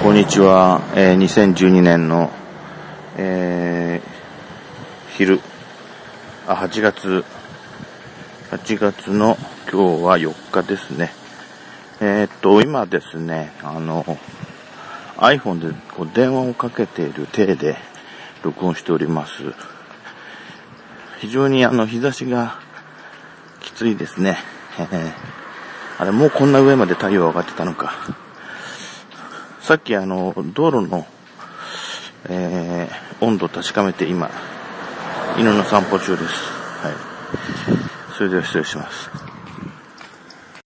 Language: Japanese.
こんにちは。2012年の、8月の今日は4日ですね。今ですね、iPhone で電話をかけている体で録音しております。非常に日差しがきついですね。もうこんな上まで太陽上がってたのか。さっき道路の、温度を確かめて今、犬の散歩中です。はい。それでは失礼します。